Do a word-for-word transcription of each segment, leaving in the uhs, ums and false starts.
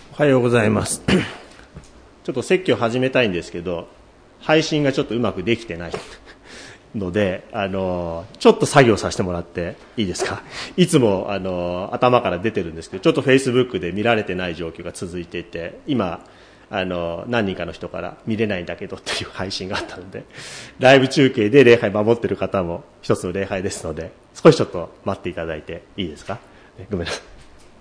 おはようございます。ちょっと説教始めたいんですけど、配信がちょっとうまくできてないので、あのちょっと作業させてもらっていいですか。いつもあの頭から出てるんですけど、ちょっと Facebook で見られてない状況が続いていて、今あの何人かの人から見れないんだけどっていう配信があったので、ライブ中継で礼拝守ってる方も一つの礼拝ですので、少しちょっと待っていただいていいですか。ごめんなさい。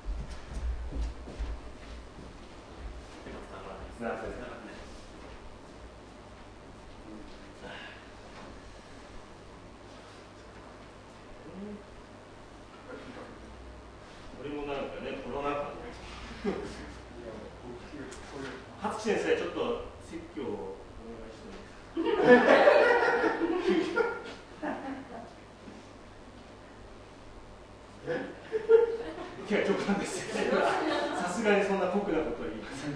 初先生、ちょっと説教をお願いしてもいいですか。いや、冗談ですよ。さすがにそんな酷なことは言いません。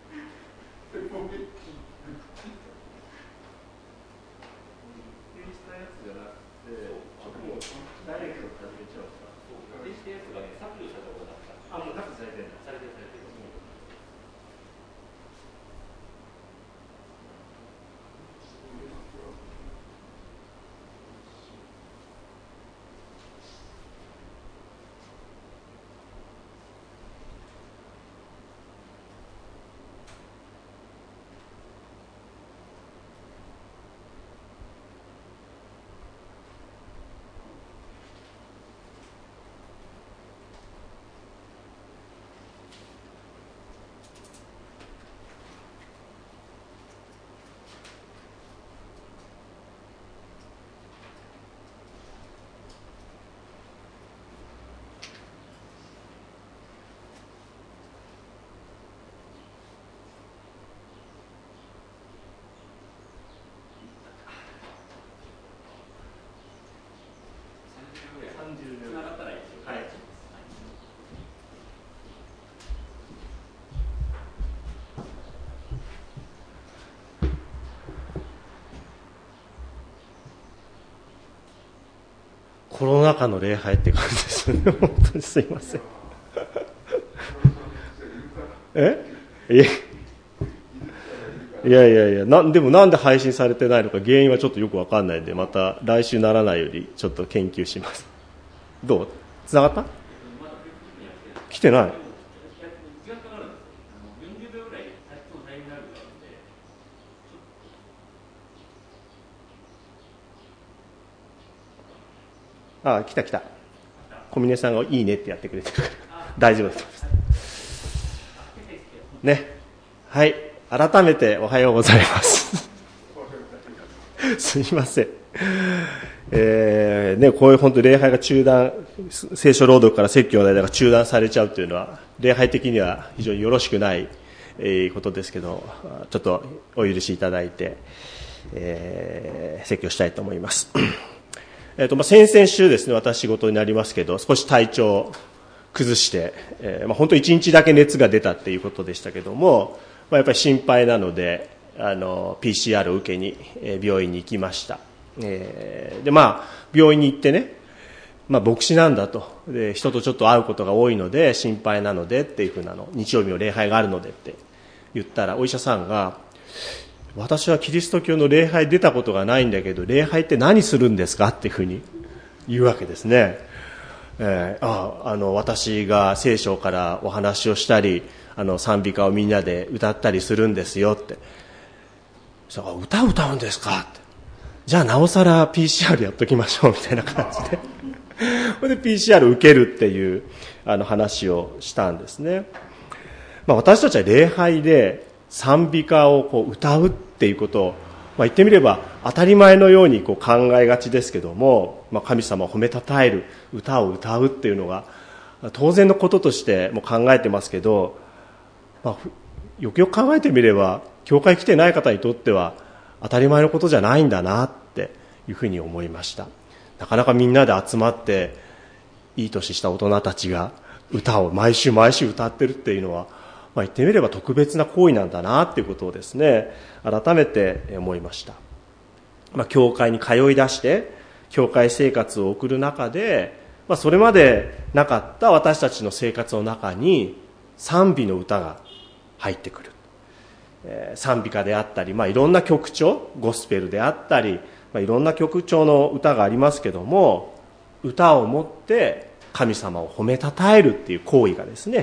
コロナ禍の礼拝って感じですね。本当にすいません。えいやいやいやな、でもなんで配信されてないのか原因はちょっとよくわかんないんで、また来週ならないよりちょっと研究します。どうつながった？来てない。ああ、来た来た。小峰さんがいいねってやってくれてるから大丈夫ですね。はい、改めておはようございますすいません、えーね、こういう本当礼拝が中断、聖書朗読から説教の間が中断されちゃうというのは礼拝的には非常によろしくない、えー、ことですけど、ちょっとお許しいただいて、えー、説教したいと思いますえーとまあ、先々週ですね、私仕事になりますけど、少し体調を崩して、えーまあ、本当いちにちだけ熱が出たっていうことでしたけども、まあ、やっぱり心配なのであの ピーシーアール を受けに、えー、病院に行きました。えー、でまあ病院に行ってね、まあ、牧師なんだと、で人とちょっと会うことが多いので心配なのでっていうふうなの、日曜日の礼拝があるのでって言ったら、お医者さんが、私はキリスト教の礼拝出たことがないんだけど、礼拝って何するんですかっていうふうに言うわけですね。えー、ああの私が聖書からお話をしたり、あの賛美歌をみんなで歌ったりするんですよって。そしたら、歌歌うんですかって。じゃあなおさら ピーシーアール やっときましょうみたいな感じでそれで ピーシーアール 受けるっていうあの話をしたんですね。まあ、私たちは礼拝で賛美歌をこう歌うっていうことを、まあ、言ってみれば当たり前のようにこう考えがちですけども、まあ、神様を褒めたたえる歌を歌うっていうのが当然のこととしても考えてますけど、まあ、よくよく考えてみれば教会来てない方にとっては当たり前のことじゃないんだなっていうふうに思いました。なかなかみんなで集まっていい年した大人たちが歌を毎週毎週歌ってるっていうのは、まあ、言ってみれば特別な行為なんだなっていうことをですね、改めて思いました。まあ、教会に通い出して教会生活を送る中で、まあ、それまでなかった私たちの生活の中に賛美の歌が入ってくる。えー、賛美歌であったり、まあ、いろんな曲調、ゴスペルであったり、まあ、いろんな曲調の歌がありますけども、歌をもって神様を褒めたたえるっていう行為がですね、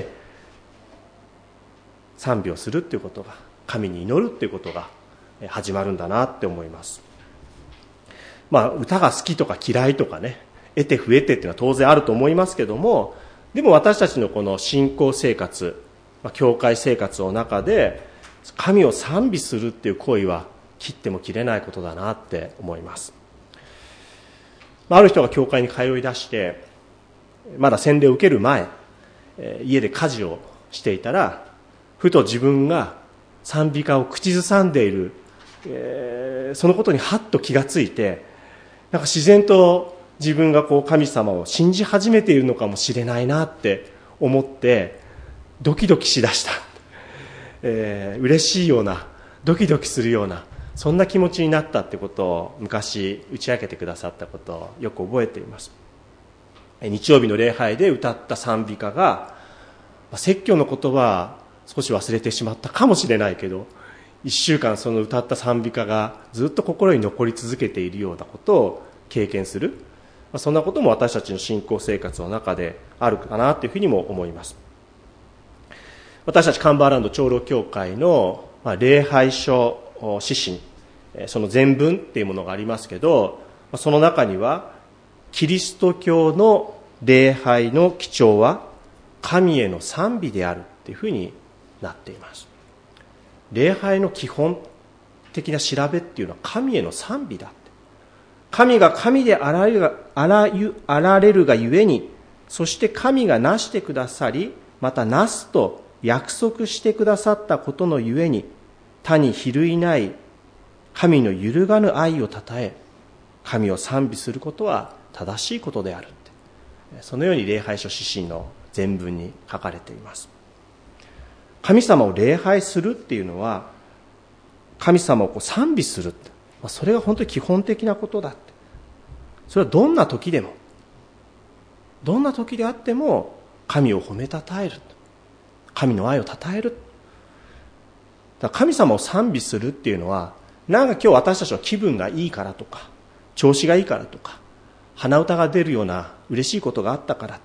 賛美をするっていうことが、神に祈るっていうことが始まるんだなって思います。まあ、歌が好きとか嫌いとかね、得て増えてっていうのは当然あると思いますけども、でも私たちのこの信仰生活、まあ、教会生活の中で神を賛美するっていう行為は切っても切れないことだなって思います。まあ、ある人が教会に通い出して、まだ洗礼を受ける前、家で家事をしていたら、ふと自分が賛美歌を口ずさんでいる、えー、そのことにハッと気がついて、なんか自然と自分がこう神様を信じ始めているのかもしれないなって思ってドキドキしだした、えー、嬉しいようなドキドキするようなそんな気持ちになったってことを昔打ち明けてくださったことをよく覚えています。日曜日の礼拝で歌った賛美歌が説教の言葉は少し忘れてしまったかもしれないけど、一週間その歌った賛美歌がずっと心に残り続けているようなことを経験する、そんなことも私たちの信仰生活の中であるかなというふうにも思います。私たちカンバーランド長老教会の礼拝書指針、その全文っていうものがありますけど、その中にはキリスト教の礼拝の基調は神への賛美であるっていうふうになっています。礼拝の基本的な調べっていうのは神への賛美だって。神が神であられるが、あらゆ、あられるがゆえに、そして神がなしてくださり、またなすと約束してくださったことのゆえに、他に比類ない神の揺るがぬ愛をたたえ、神を賛美することは正しいことであるって。そのように礼拝書指針の全文に書かれています。神様を礼拝するっていうのは、神様をこう賛美するって、それが本当に基本的なことだって。それはどんな時でも、どんな時であっても神を褒めたたえる、神の愛をたたえる。だから神様を賛美するっていうのは、なんか今日私たちは気分がいいからとか、調子がいいからとか、鼻歌が出るような嬉しいことがあったから、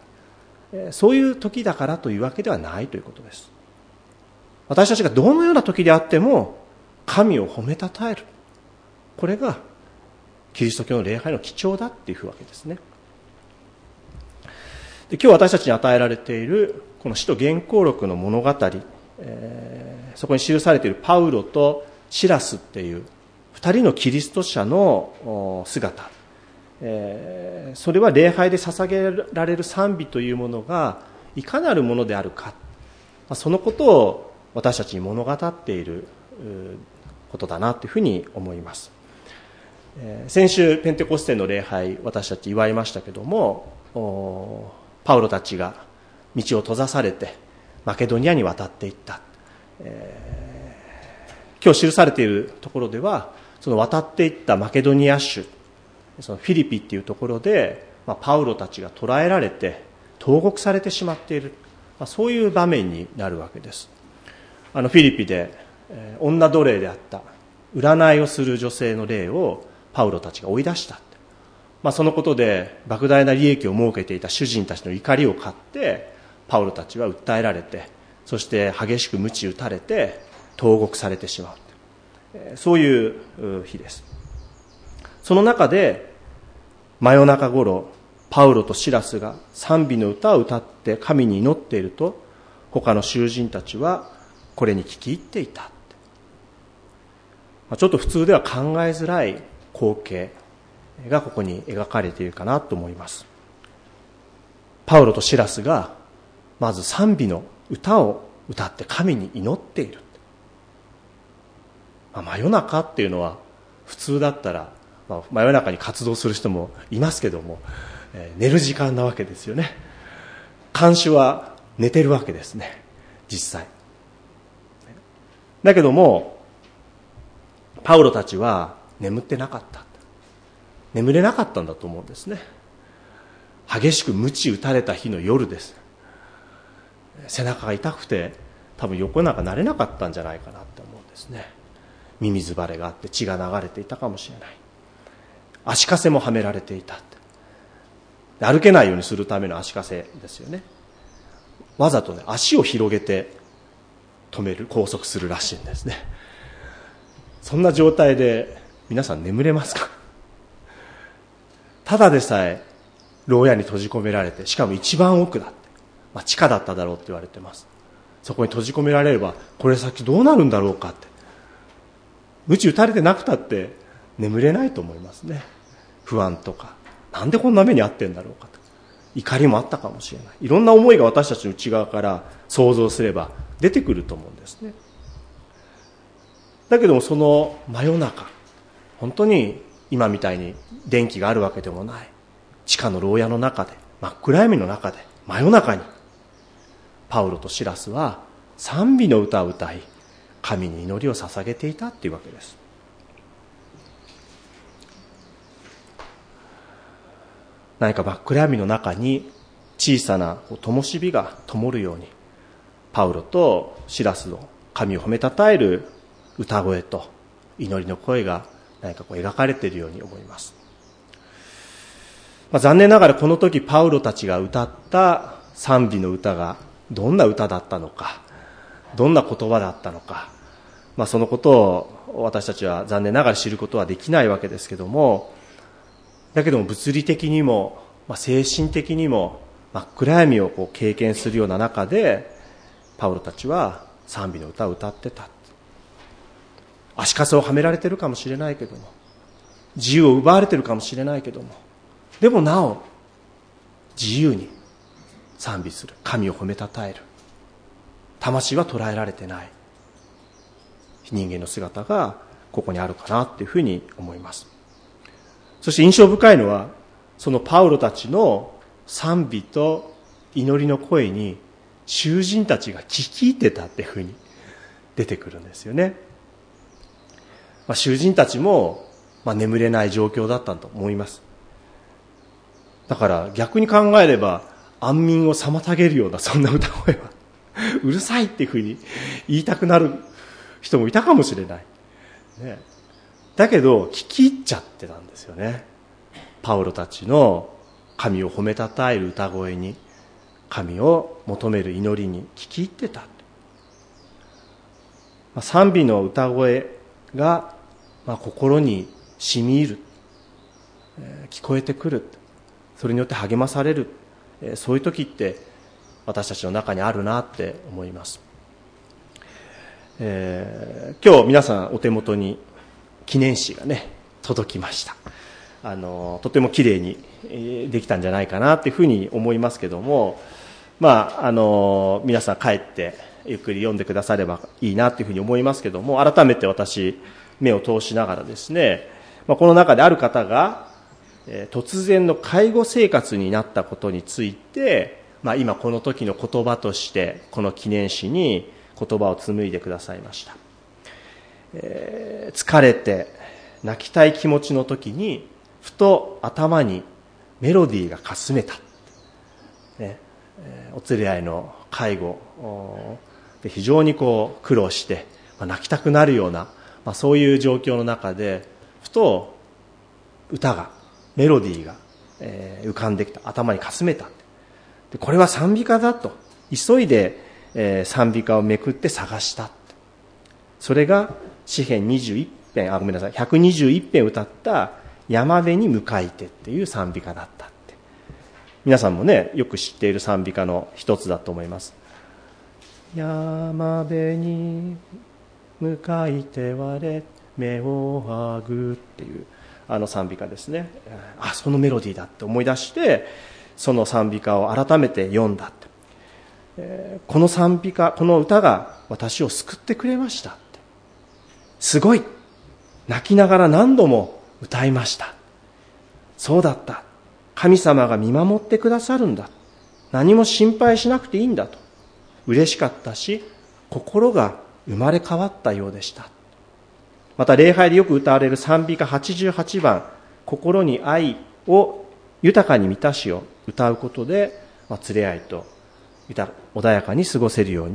そういう時だからというわけではないということです。私たちがどのような時であっても神を褒めたたえる、これがキリスト教の礼拝の基調だっていうわけですね。で、今日私たちに与えられているこの使徒原稿録の物語、えー、そこに記されているパウロとシラスっていう二人のキリスト者の姿、えー、それは礼拝で捧げられる賛美というものがいかなるものであるか、そのことを私たちに物語っていることだなというふうに思います。先週ペンテコステの礼拝、私たち祝いましたけども、パウロたちが道を閉ざされてマケドニアに渡っていった、えー、今日記されているところでは、その渡っていったマケドニア州、そのフィリピっていうところで、まあ、パウロたちが捕らえられて投獄されてしまっている、まあ、そういう場面になるわけです。あのフィリピで、えー、女奴隷であった占いをする女性の霊をパウロたちが追い出した、まあ、そのことで莫大な利益を設けていた主人たちの怒りを買ってパウロたちは訴えられて、そして激しく鞭打たれて投獄されてしまう、えー、そういう日です。その中で真夜中頃、パウロとシラスが賛美の歌を歌って神に祈っていると、他の囚人たちはこれに聞き入っていた。ちょっと普通では考えづらい光景がここに描かれているかなと思います。パウロとシラスがまず賛美の歌を歌って神に祈っている。まあ、真夜中っていうのは普通だったら、まあ、真夜中に活動する人もいますけども、えー、寝る時間なわけですよね。看守は寝てるわけですね、実際。だけどもパウロたちは眠ってなかった、眠れなかったんだと思うんですね。激しく鞭打たれた日の夜です。背中が痛くて多分横なんかなれなかったんじゃないかなって思うんですね。ミミズバレがあって血が流れていたかもしれない。足かせもはめられていたって。歩けないようにするための足かせですよね。わざとね、足を広げて止める、拘束するらしいんですね。そんな状態で皆さん眠れますか？ただでさえ牢屋に閉じ込められて、しかも一番奥だって、まあ、地下だっただろうって言われてます。そこに閉じ込められればこれ先どうなるんだろうかって、鞭打たれてなくたって眠れないと思いますね。不安とか、なんでこんな目に遭ってんだろうかと、怒りもあったかもしれない。いろんな思いが私たちの内側から想像すれば出てくると思うんですね。だけどもその真夜中、本当に今みたいに電気があるわけでもない地下の牢屋の中で、真っ暗闇の中で、真夜中にパウロとシラスは賛美の歌を歌い、神に祈りを捧げていたっていうわけです。何か真っ暗闇の中に小さな灯火が灯るように、パウロとシラスの神を褒めたたえる歌声と祈りの声が何かこう描かれているように思います。まあ、残念ながらこの時パウロたちが歌った賛美の歌がどんな歌だったのか、どんな言葉だったのか、まあ、そのことを私たちは残念ながら知ることはできないわけですけども、だけども物理的にも、まあ、精神的にも真っ暗闇をこう経験するような中でパウロたちは賛美の歌を歌ってた。足かせをはめられてるかもしれないけども、自由を奪われてるかもしれないけども、でもなお自由に賛美する、神を褒めたたえる、魂は捉えられてない人間の姿がここにあるかなっていうふうに思います。そして印象深いのは、そのパウロたちの賛美と祈りの声に囚人たちが聞き入ってたっていうふうに出てくるんですよね。まあ、囚人たちも、まあ、眠れない状況だったと思います。だから逆に考えれば安眠を妨げるようなそんな歌声はうるさいっていうふうに言いたくなる人もいたかもしれない、ね、だけど聞き入っちゃってたんですよね。パウロたちの神を褒めたたえる歌声に、神を求める祈りに聞き入ってた。まあ、賛美の歌声が、まあ、心に染み入る、えー、聞こえてくる、それによって励まされる、えー、そういう時って私たちの中にあるなって思います。えー、今日皆さんお手元に記念誌がね届きました。あのとてもきれいにできたんじゃないかなっていうふうに思いますけども、まああの皆さん帰ってゆっくり読んでくださればいいなっていうふうに思いますけども、改めて私目を通しながらですね、まあ、この中である方が、えー、突然の介護生活になったことについて、まあ、今この時の言葉としてこの記念誌に言葉を紡いでくださいました。えー、疲れて泣きたい気持ちの時にふと頭にメロディーがかすめた、ね、お連れ合いの介護で非常にこう苦労して、まあ、泣きたくなるような、まあ、そういう状況の中でふと歌がメロディーが、えー、浮かんできた、頭にかすめた。でこれは賛美歌だと急いで、えー、賛美歌をめくって探した。それが詩編にじゅういち編、あごめんなさいひゃくにじゅういち編歌った山辺に向かいてっていう賛美歌だったって。皆さんもねよく知っている賛美歌の一つだと思います。山辺に向かいて我目をあぐっていうあの賛美歌ですね。あ、そのメロディーだって思い出してその賛美歌を改めて読んだって、えー、この賛美歌、この歌が私を救ってくれましたって、すごい泣きながら何度も歌いました。そうだった、神様が見守ってくださるんだ、何も心配しなくていいんだと嬉しかったし、心が生まれ変わったようでした。また礼拝でよく歌われる賛美歌はちじゅうはちばん、心に愛を豊かに満たしを歌うことで、まあ、連れ合いと穏やかに過ごせるように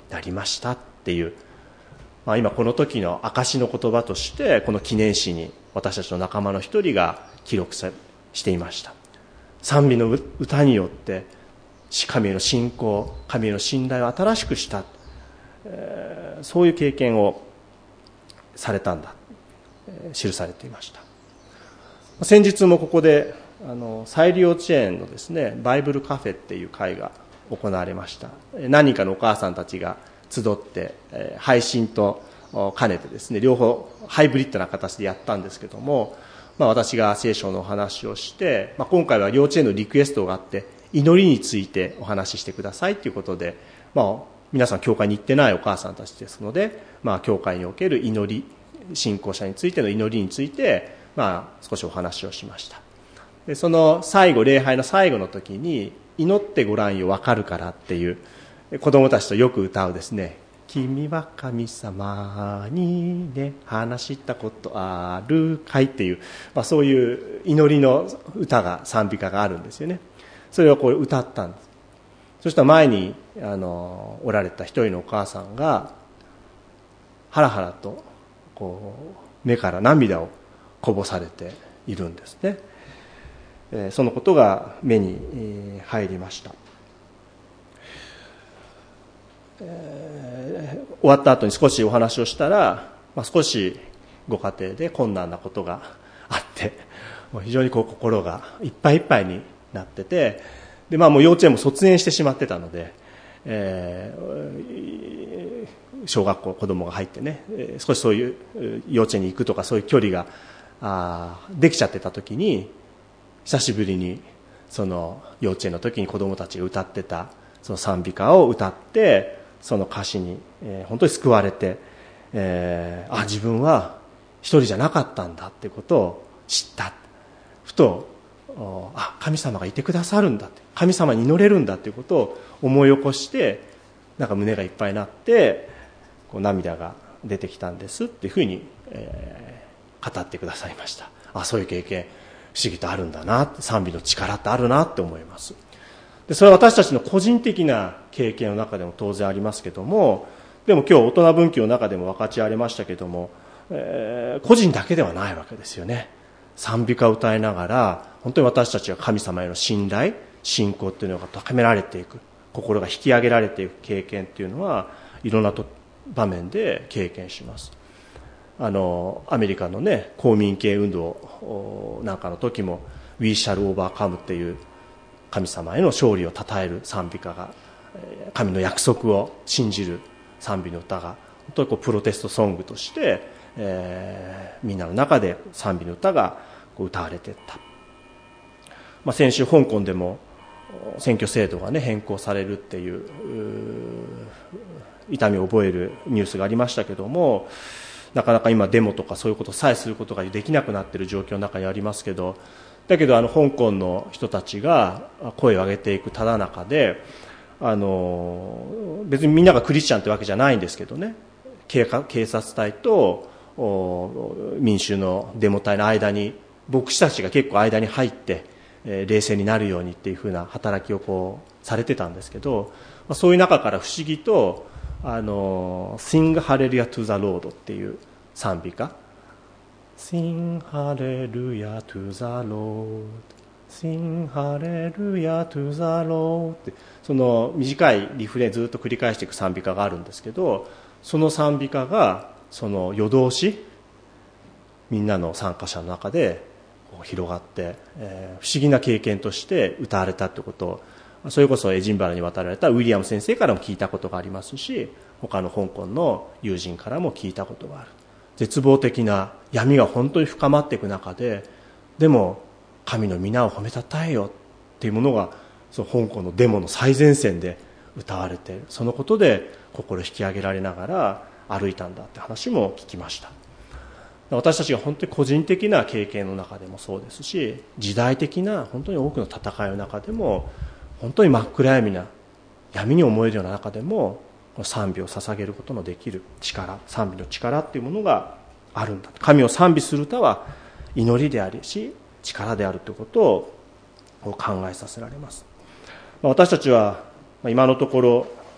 なりましたっていう、まあ、今この時の証の言葉としてこの記念誌に私たちの仲間の一人が記録さしていました。賛美の歌によって神への信仰、神への信頼を新しくした、えー、そういう経験をされたんだ、えー、記されていました。先日もここであのサイリ幼稚園のですねバイブルカフェっていう会が行われました。何人かのお母さんたちが集って、えー、配信と兼ねてですね両方ハイブリッドな形でやったんですけども、まあ、私が聖書のお話をして、まあ、今回は幼稚園のリクエストがあって祈りについてお話ししてくださいということで、まあ、皆さん教会に行ってないお母さんたちですので、まあ、教会における祈り、信仰者についての祈りについて、まあ、少しお話をしました。でその最後、礼拝の最後の時に祈ってごらんよわかるからっていう子供たちとよく歌うですね、君は神様にね話したことあるかいっていう、まあ、そういう祈りの歌が賛美歌があるんですよね。それをこう歌ったんです。そしたら前にあのおられた一人のお母さんがハラハラとこう目から涙をこぼされているんですね。えー、そのことが目に、えー、入りました。えー、終わった後に少しお話をしたら、まあ、少しご家庭で困難なことがあってもう非常にこう心がいっぱいいっぱいになってて、で、まあ、もう幼稚園も卒園してしまってたので、えー、小学校子供が入ってね、えー、少しそういう幼稚園に行くとかそういう距離があできちゃってた時に久しぶりにその幼稚園の時に子供たちが歌ってたその賛美歌を歌ってその歌詞に、えー、本当に救われて、えー、あ自分は一人じゃなかったんだってことを知った。ふとあ神様がいてくださるんだって、神様に祈れるんだっていうことを思い起こしてなんか胸がいっぱいになってこう涙が出てきたんですっていうふうに、えー、語ってくださいました。あそういう経験不思議とあるんだな、賛美の力ってあるなって思います。でそれは私たちの個人的な経験の中でも当然ありますけども、でも今日大人文教の中でも分かち合われましたけども、えー、個人だけではないわけですよね。賛美歌を歌いながら本当に私たちが神様への信頼、信仰っていうのが高められていく、心が引き上げられていく経験っていうのはいろんなと場面で経験します。あのアメリカのね公民権運動なんかの時も We shall overcome っていう神様への勝利を称える賛美歌が、神の約束を信じる賛美の歌が本当にこうプロテストソングとして、えー、みんなの中で賛美の歌がこう歌われていった。まあ、先週香港でも選挙制度がね変更されるっていう、う痛みを覚えるニュースがありましたけども、なかなか今デモとかそういうことさえすることができなくなっている状況の中にありますけど、だけどあの香港の人たちが声を上げていくただ中で、あの別にみんながクリスチャンってわけじゃないんですけどね、警察隊と民衆のデモ隊の間に牧師たちが結構間に入って、えー、冷静になるようにっていうふうな働きをこうされてたんですけど、まあ、そういう中から不思議とあの Sing Hallelujah to the Lord っていう賛美歌、 Sing Hallelujah to the Lord Sing Hallelujah to the Lord ってその短いリフレインずっと繰り返していく賛美歌があるんですけど、その賛美歌がその夜通しみんなの参加者の中でこう広がって、えー、不思議な経験として歌われたということを、それこそエジンバラに渡られたウィリアム先生からも聞いたことがありますし、他の香港の友人からも聞いたことがある。絶望的な闇が本当に深まっていく中で、でも神の皆を褒めたたえよっていうものがその香港のデモの最前線で歌われて、そのことで心引き上げられながら歩いたんだって話も聞きました。私たちが本当に個人的な経験の中でもそうですし、時代的な本当に多くの戦いの中でも、本当に真っ暗闇な闇に思えるような中でも賛美を捧げることのできる力、賛美の力っていうものがあるんだ。神を賛美する歌は祈りでありし力であるということを考えさせられます。私たちは今のところ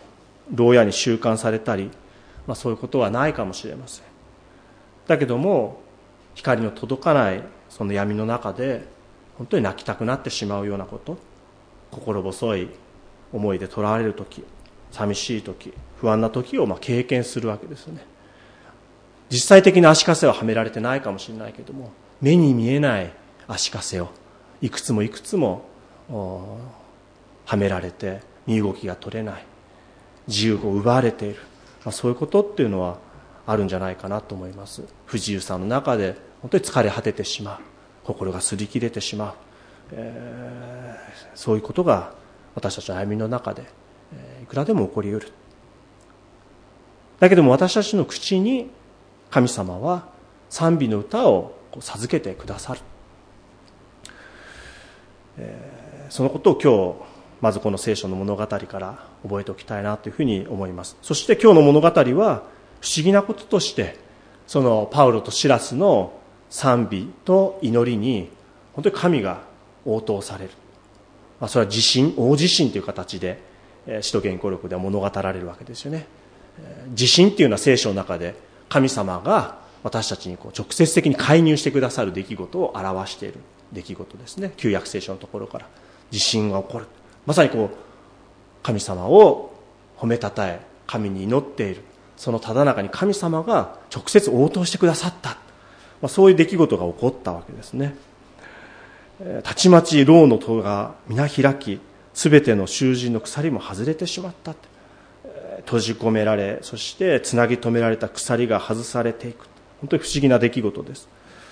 牢屋に収監されたり、まあ、そういうことはないかもしれません。だけども光の届かないその闇の中で本当に泣きたくなってしまうようなこと、心細い思いでとらわれる時、寂しい時、不安な時をまあ経験するわけですよね。実際的な足かせははめられてないかもしれないけども、目に見えない足かせをいくつもいくつもはめられて身動きが取れない、自由を奪われている、まあ、そういうことっていうのはあるんじゃないかなと思います。不自由さの中で本当に疲れ果ててしまう、心が擦り切れてしまう、えー、そういうことが私たちの歩みの中で、えー、いくらでも起こりうる。だけども私たちの口に神様は賛美の歌を授けてくださる、えー、そのことを今日まずこの聖書の物語から覚えておきたいなというふうに思います。そして今日の物語は不思議なこととして、そのパウロとシラスの賛美と祈りに本当に神が応答される、まあ、それは地震、大地震という形で使徒言行録では物語られるわけですよね。地震っていうのは聖書の中で神様が私たちにこう直接的に介入してくださる出来事を表している出来事ですね。旧約聖書のところから地震が起こる、まさにこう神様を褒めたたえ神に祈っている、そのただ中に神様が直接応答してくださった、まあ、そういう出来事が起こったわけですね。たちまち牢の戸が皆開き、すべての囚人の鎖も外れてしまった。閉じ込められ、そしてつなぎ止められた鎖が外されていく、本当に不思議な出来事です。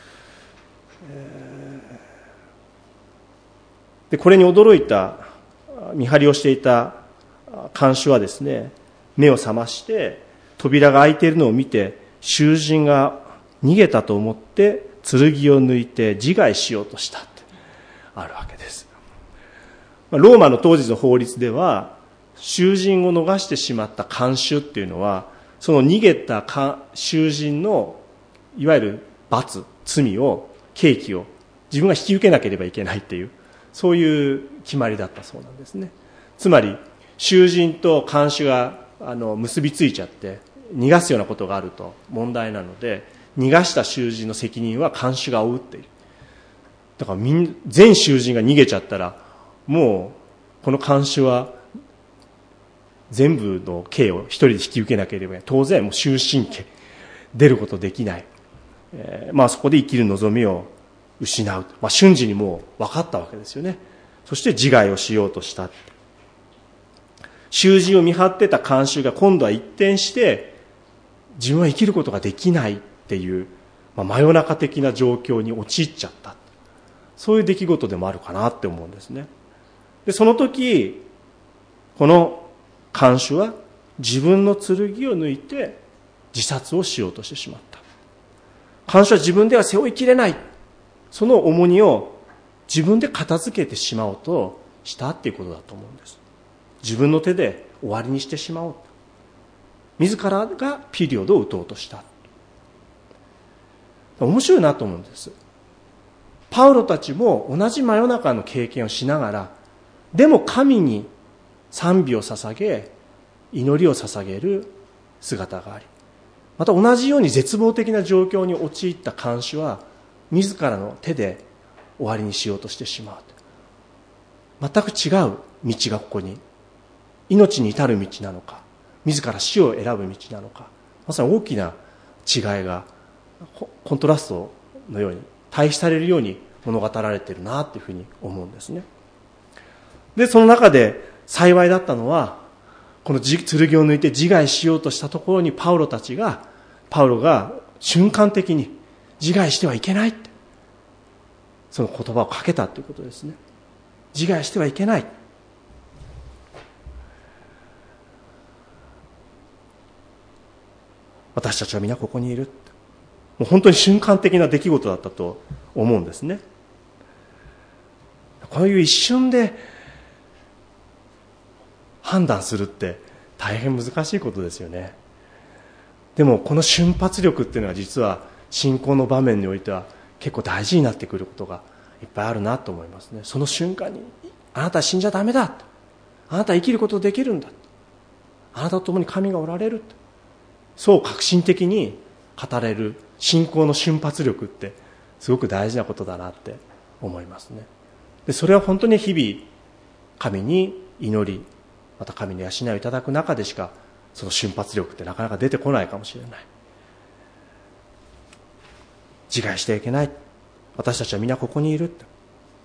でこれに驚いた見張りをしていた看守はですね、目を覚まして扉が開いているのを見て、囚人が逃げたと思って剣を抜いて自害しようとしたってあるわけです。ローマの当時の法律では、囚人を逃してしまった看守っていうのは、その逃げた囚人のいわゆる罰、罪を、刑期を自分が引き受けなければいけないっていう、そういう決まりだったそうなんですね。つまり囚人と看守があの結びついちゃって逃がすようなことがあると問題なので、逃がした囚人の責任は看守が負うっていう。だからみん全囚人が逃げちゃったら、もうこの看守は全部の刑を一人で引き受けなければいけない。当然もう終身刑出ることできない、えー、まあそこで生きる望みを失う、まあ、瞬時にもう分かったわけですよね。そして自害をしようとした。囚人を見張ってた看守が今度は一転して自分は生きることができないっていう、まあ、真夜中的な状況に陥っちゃった、そういう出来事でもあるかなって思うんですね。でその時この看守は自分の剣を抜いて自殺をしようとしてしまった。看守は自分では背負いきれない、その重荷を自分で片付けてしまおうとしたっていうことだと思うんです。自分の手で終わりにしてしまおう、自らがピリオドを打とうとした。面白いなと思うんです。パウロたちも同じ真夜中の経験をしながら、でも神に賛美を捧げ祈りを捧げる姿があり、また同じように絶望的な状況に陥った看守は自らの手で終わりにしようとしてしまう。全く違う道がここに、命に至る道なのか、自ら死を選ぶ道なのか、まさに大きな違いがコントラストのように対比されるように物語られているなというふうに思うんですね。でその中で幸いだったのは、この剣を抜いて自害しようとしたところにパウロたちがパウロが瞬間的に自害してはいけないってその言葉をかけたということですね。自害してはいけない、私たちは皆ここにいる、もう本当に瞬間的な出来事だったと思うんですね。こういう一瞬で判断するって大変難しいことですよね。でもこの瞬発力っていうのは実は信仰の場面においては結構大事になってくることがいっぱいあるなと思いますね。その瞬間にあなたは死んじゃダメだ、あなたは生きることできるんだ、 あなたと共に神がおられる、そう確信的に語れる信仰の瞬発力ってすごく大事なことだなって思いますね。でそれは本当に日々神に祈り、また神の養いをいただく中でしかその瞬発力ってなかなか出てこないかもしれない。自害してはいけない、私たちは皆ここにいるって。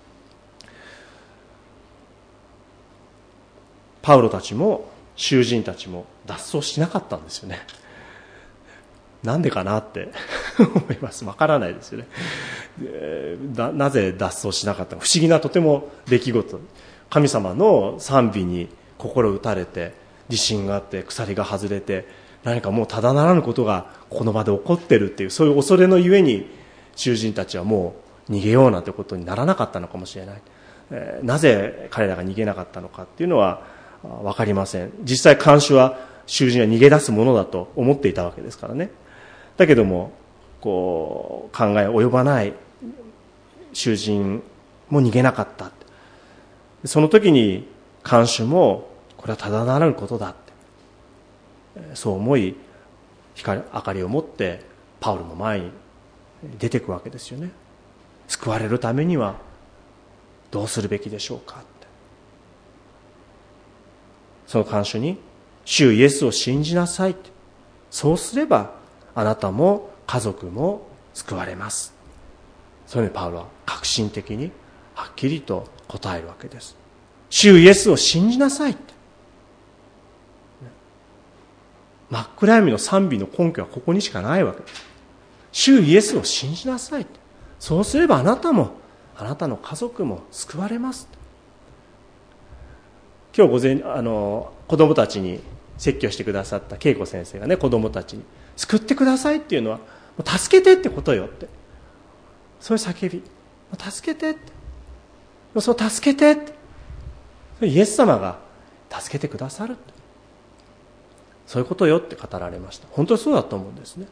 パウロたちも囚人たちも脱走しなかったんですよね。なんでかなって思います。わからないですよね。な, なぜ脱走しなかったのか、不思議なとても出来事。神様の賛美に心打たれて、地震があって鎖が外れて、何かもうただならぬことがこの場で起こってるっていう、そういう恐れのゆえに囚人たちはもう逃げようなんてことにならなかったのかもしれない。えー、なぜ彼らが逃げなかったのかっていうのは分かりません。実際看守は囚人は逃げ出すものだと思っていたわけですからね。だけどもこう考え及ばない囚人も逃げなかった。その時に看守もこれはただならぬことだってそう思い、光明かりを持ってパウロの前に出てくわけですよね。救われるためにはどうするべきでしょうかって。その看守に主イエスを信じなさいって、そうすればあなたも家族も救われます。そういうふうにパウロは確信的にはっきりと答えるわけです。主イエスを信じなさいって。真っ暗闇の賛美の根拠はここにしかないわけです。主イエスを信じなさいって。そうすればあなたもあなたの家族も救われます。今日午前あの子供たちに説教してくださった恵子先生がね、子供たちに救ってくださいっていうのは助けてってことよって、そういう叫び、助けてって、そう助けてって、イエス様が助けてくださるって、そういうことよって語られました。本当にそうだと思うんですね。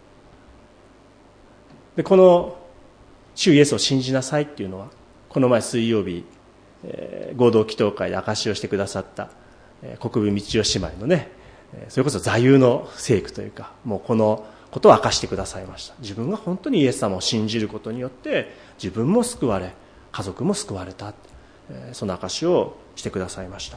でこの主イエスを信じなさいっていうのは、この前水曜日、えー、合同祈祷会で証しをしてくださった、えー、国分道代姉妹のね、それこそ座右の聖句というか、もうこのことを明かしてくださいました。自分が本当にイエス様を信じることによって自分も救われ、家族も救われた、えー、その証しをしてくださいました。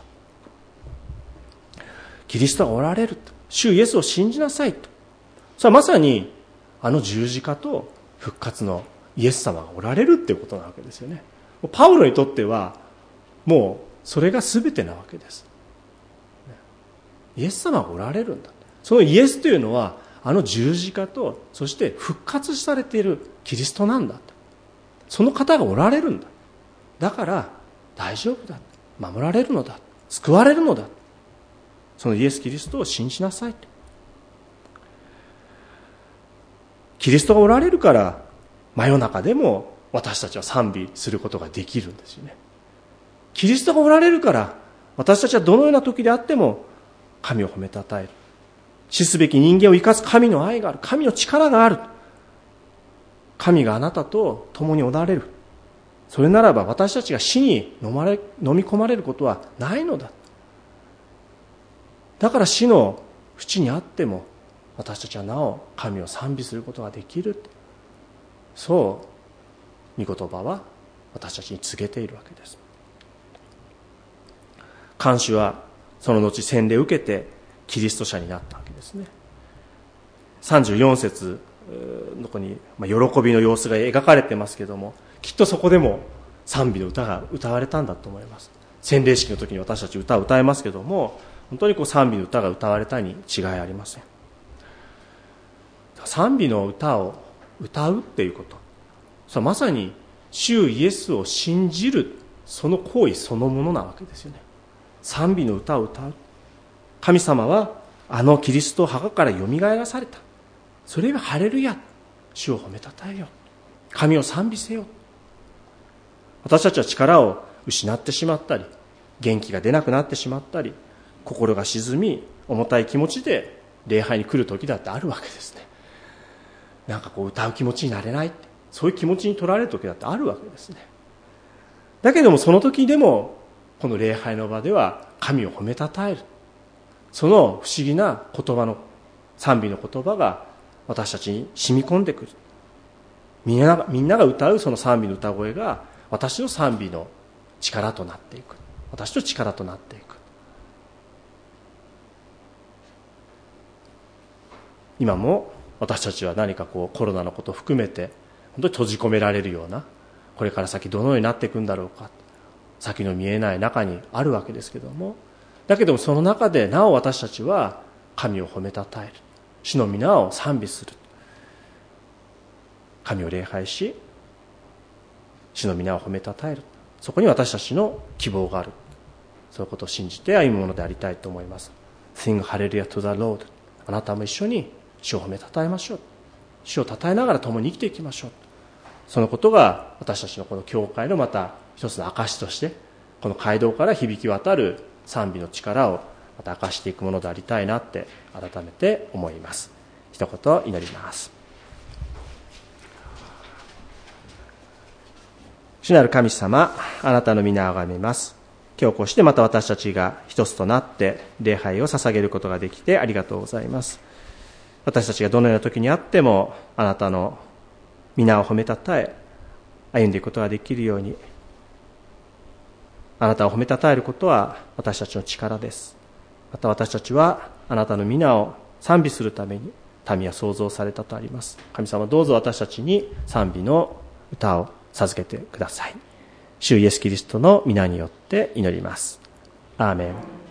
キリストがおられると、主イエスを信じなさいと、それはまさにあの十字架と復活のイエス様がおられるっていうことなわけですよね。パウロにとってはもうそれが全てなわけです。イエス様がおられるんだ。そのイエスというのはあの十字架と、そして復活されているキリストなんだ。その方がおられるんだ。だから大丈夫だ、守られるのだ、救われるのだ。そのイエス・キリストを信じなさいと。キリストがおられるから真夜中でも私たちは賛美することができるんですよね。キリストがおられるから私たちはどのような時であっても神を褒めたたえる。死すべき人間を生かす神の愛がある。神の力がある。神があなたと共におられる。それならば私たちが死に飲まれ、飲み込まれることはないのだ。だから死の淵にあっても私たちはなお神を賛美することができる。そう御言葉は私たちに告げているわけです。看守はその後洗礼を受けてキリスト者になったわけですね。さんじゅうよん節のこに喜びの様子が描かれてますけども、きっとそこでも賛美の歌が歌われたんだと思います。洗礼式の時に私たち歌を歌いますけども、本当にこう賛美の歌が歌われたに違いありません。賛美の歌を歌うっていうこと、それはまさに主イエスを信じるその行為そのものなわけですよね。賛美の歌を歌う。神様はあのキリストを墓からよみがえらされた。それはハレルヤ、主を褒めたたえよ、神を賛美せよ。私たちは力を失ってしまったり、元気が出なくなってしまったり、心が沈み重たい気持ちで礼拝に来る時だってあるわけですね。なんかこう歌う気持ちになれない、そういう気持ちに取られる時だってあるわけですね。だけどもその時でもこの礼拝の場では神を褒めたたえる、 その不思議な言葉の賛美の言葉が私たちに染み込んでくる。みんな、みんなが歌うその賛美の歌声が私の賛美の力となっていく。私の力となっていく。今も私たちは何かこうコロナのことを含めて本当に閉じ込められるような、これから先どのようになっていくんだろうか、先の見えない中にあるわけですけども、だけどもその中でなお私たちは神を褒めたたえる、主の皆を賛美する、神を礼拝し主の皆を褒めたたえる、そこに私たちの希望がある。そういうことを信じて歩むものでありたいと思います。 Sing Hallelujah to the Lord。 あなたも一緒に主を褒めたたえましょう。主をたたえながら共に生きていきましょう。そのことが私たちのこの教会のまた一つの証として、この街道から響き渡る賛美の力をまた明かしていくものでありたいなって改めて思います。一言祈ります。主なる神様、あなたの皆をあがめます。今日こうしてまた私たちが一つとなって礼拝を捧げることができてありがとうございます。私たちがどのような時にあってもあなたの皆を褒めたたえ歩んでいくことができるように、あなたを褒めたたえることは私たちの力です。また私たちはあなたの皆を賛美するために民は創造されたとあります。神様、どうぞ私たちに賛美の歌を授けてください。主イエスキリストの皆によって祈ります。アーメン。